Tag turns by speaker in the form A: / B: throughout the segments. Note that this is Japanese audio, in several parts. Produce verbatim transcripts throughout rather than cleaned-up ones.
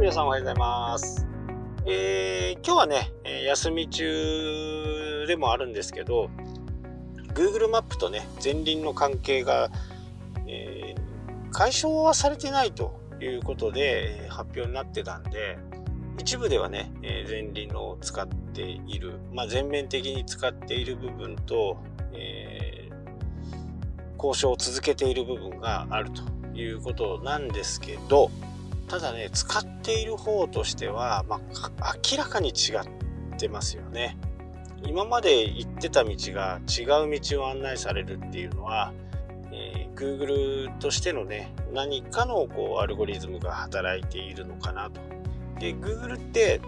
A: 皆さんおはようございます。えー、今日はね、休み中でもあるんですけど、Google マップとね、前輪の関係が、えー、解消はされてないということで発表になってたんで、一部ではね、前輪を使っている、まあ、全面的に使っている部分と、えー、交渉を続けている部分があるということなんですけど、ただね、使っている方としては、まあ、明らかに違ってますよね。今まで行ってた道が違う道を案内されるっていうのは、えー、Google としてのね、何かのこうアルゴリズムが働いているのかなと。で、Google って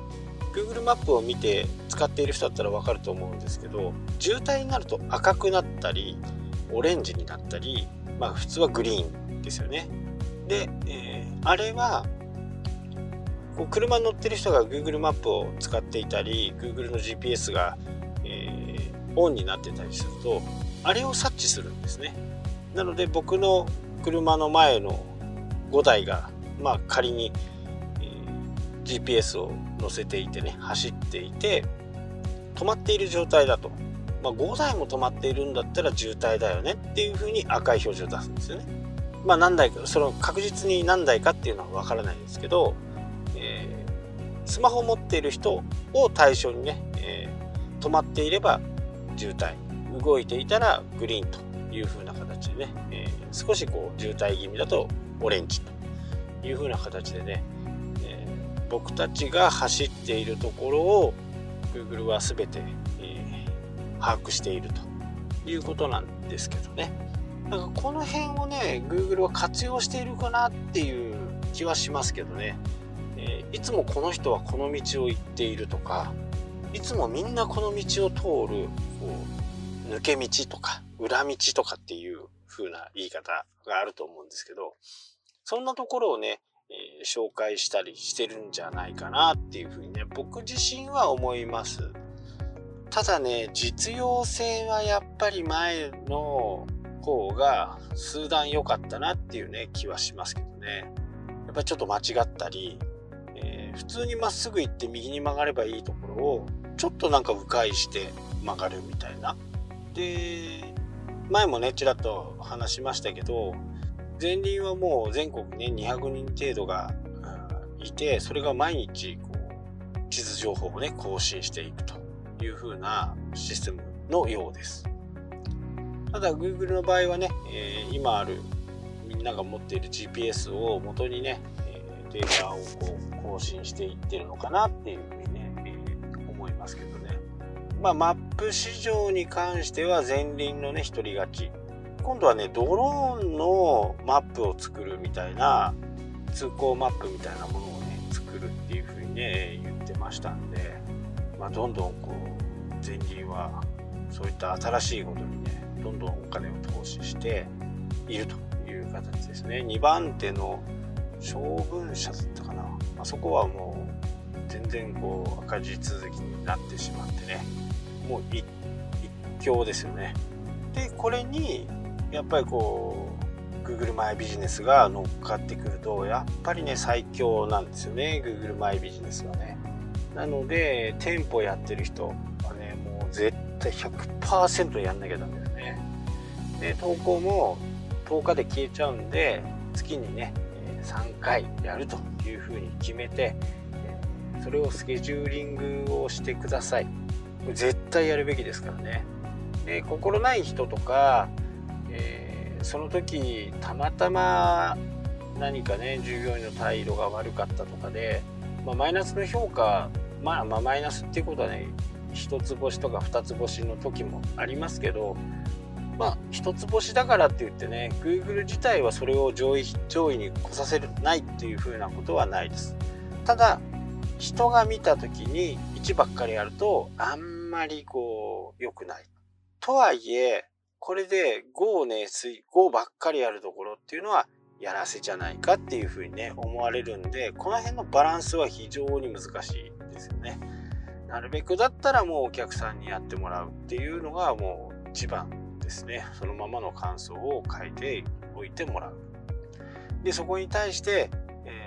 A: Google マップを見て使っている人だったら分かると思うんですけど、渋滞になると赤くなったり、オレンジになったり、まあ普通はグリーンですよね。で、えー、あれはこう車に乗ってる人が Google マップを使っていたり Google の ジーピーエス が、えー、オンになってたりするとあれを察知するんですね。なので僕の車の前のごだいが、まあ、仮に、えー、ジーピーエス を載せていてね走っていて止まっている状態だと、まあ、ごだいも止まっているんだったら渋滞だよねっていう風に赤い表示を出すんですよね。まあ何台か、その確実に何台かっていうのは分からないんですけど、えー、スマホを持っている人を対象にね、えー、止まっていれば渋滞、動いていたらグリーンという風な形でね、えー、少しこう渋滞気味だとオレンジという風な形でね、えー、僕たちが走っているところを Google は全て、えー、把握しているということなんですけどね。なんかこの辺をね Google は活用しているかなっていう気はしますけどね、えー、いつもこの人はこの道を行っているとか、いつもみんなこの道を通るこう抜け道とか裏道とかっていう風な言い方があると思うんですけど、そんなところをね、えー、紹介したりしてるんじゃないかなっていう風にね僕自身は思います。ただね、実用性はやっぱり前の方が数段良かったなっていうね気はしますけどね。やっぱりちょっと間違ったり、えー、普通にまっすぐ行って右に曲がればいいところをちょっとなんか迂回して曲がるみたいな。で、前もねちらっと話しましたけど、前輪はもう全国ねにひゃくにん程度がいて、それが毎日こう地図情報をね更新していくという風なシステムのようです。ただ Google の場合はね、えー、今あるみんなが持っている ジーピーエス を元にね、えー、データをこう更新していってるのかなっていうふうにね、えー、思いますけどね。まあマップ市場に関しては前輪のね一人勝ち。今度はねドローンのマップを作るみたいな、通行マップみたいなものをね作るっていうふうにね言ってましたんで、まあどんどんこう前輪はそういった新しいことにねどんどんお金を投資しているという形ですね。にばん手の小文社だったかな、まあ、そこはもう全然こう赤字続きになってしまってね、もう一強ですよね。でこれにやっぱりこう Google マイビジネスが乗っかってくるとやっぱりね最強なんですよね、 Google マイビジネスはね。なので店舗やってる人はねもう絶対 ひゃくパーセント やんなきゃダメですね。で投稿もとおかで消えちゃうんで、月にねさんかいやるというふうに決めて、それをスケジューリングをしてください。絶対やるべきですからね。で心ない人とか、えー、その時たまたま何かね従業員の態度が悪かったとかで、まあ、マイナスの評価、まあ、まあマイナスっていうことはね一つ星とか二つ星の時もありますけど、まあ一つ星だからって言ってね Google 自体はそれを上位上位に来させないっていう風なことはないです。ただ人が見た時にいちばっかりやるとあんまりこう良くないとはいえ、これでごをねごばっかりやるところっていうのはやらせじゃないかっていう風にね思われるんで、この辺のバランスは非常に難しいですよね。なるべくだったらもうお客さんにやってもらうっていうのがもう一番ですね。そのままの感想を書いておいてもらう。でそこに対して、え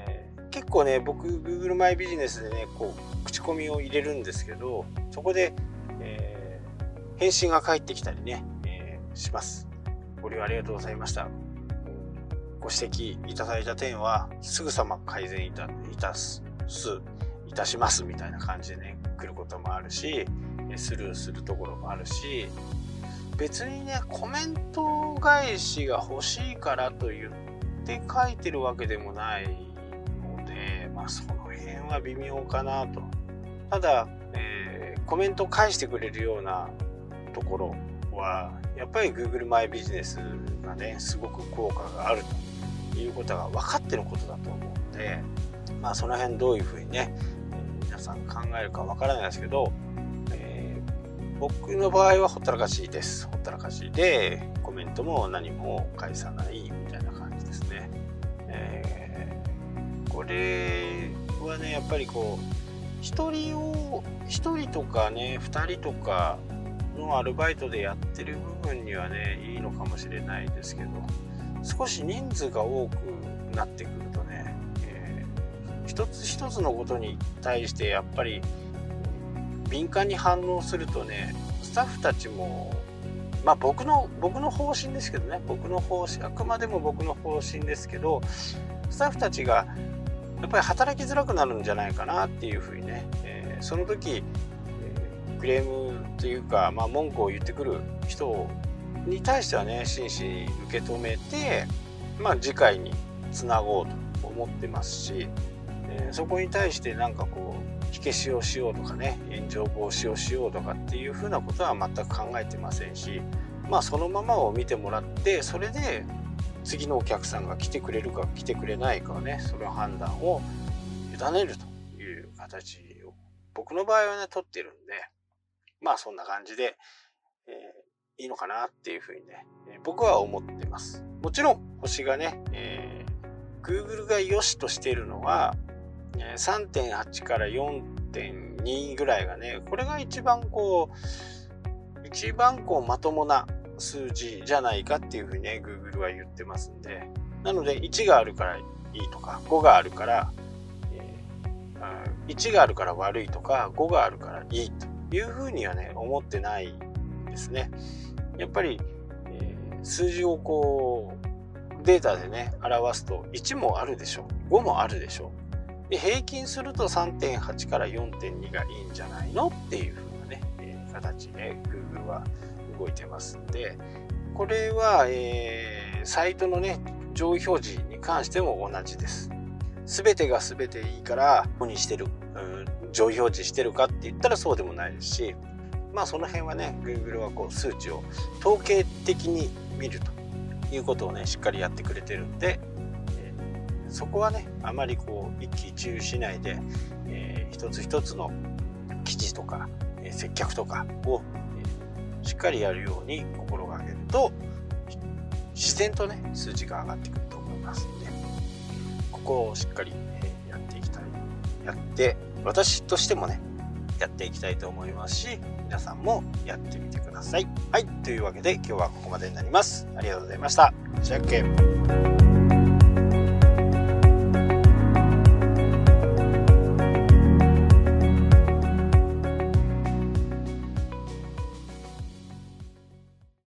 A: 結構ね僕 Google マイビジネスでねこう口コミを入れるんですけど、そこで、えー、返信が返ってきたりね、えー、します。ご利用ありがとうございました。ご指摘いただいた点はすぐさま改善いたいたすいたしますみたいな感じでね来ることもあるし、スルーするところもあるし、別にねコメント返しが欲しいからと言って書いてるわけでもないので、まあその辺は微妙かなと。ただ、えー、コメント返してくれるようなところはやっぱり Google マイビジネスがねすごく効果があるということが分かってることだと思うので、まあその辺どういうふうにね、えー、皆さん考えるか分からないですけど、えー、僕の場合はほったらかしです。ほったらかしでコメントも何も返さないみたいな感じですね。えー、これはねやっぱりこう一人を一人とかね二人とかのアルバイトでやってる部分にはねいいのかもしれないですけど、少し人数が多くなってくるとね、えー、一つ一つのことに対してやっぱり敏感に反応するとね、スタッフたちもまあ僕の僕の方針ですけどね僕の方針あくまでも僕の方針ですけど、スタッフたちがやっぱり働きづらくなるんじゃないかなっていうふうにね、えー、その時、えー、クレームというか、まあ、文句を言ってくる人に対してはね真摯に受け止めて、まあ、次回につなごうと思ってますし、えー、そこに対してなんかこう火消しをしようとかね炎上防止をしようとかっていうふうなことは全く考えてませんし、まあそのままを見てもらってそれで次のお客さんが来てくれるか来てくれないかはねその判断を委ねるという形を僕の場合はね取ってるんで、まあそんな感じで、えー、いいのかなっていうふうにね、えー、僕は思ってます。もちろん星がね、えー、Google が良しとしているのは さんてんはち から よんてんに ぐらいがね、これが一番こう一番こうまともな数字じゃないかっていうふうにね Google は言ってますんで、なのでいちがあるからいいとかごがあるから、えー、いちがあるから悪いとかごがあるからいいというふうにはね思ってないですね。やっぱり、えー、数字をこうデータでね表すといちもあるでしょごもあるでしょで、平均すると さんてんはち から よんてんに がいいんじゃないのっていうふうなね、えー、形で Google は動いてますんで、これは、えー、サイトのね上位表示に関しても同じです。全てが全ていいからここにしてる、うん、上位表示してるかって言ったらそうでもないですし、まあその辺はね Google はこう数値を統計的に見るということをねしっかりやってくれてるんで、えー、そこはねあまりこう一喜一憂しないで、えー、一つ一つの記事とか、えー、接客とかをしっかりやるように心がけると自然とね数字が上がってくると思いますので、ここをしっかりやっていきたいやって私としてもねやっていきたいと思いますし、皆さんもやってみてください。はい、というわけで今日はここまでになります。ありがとうございました。じゃあけん。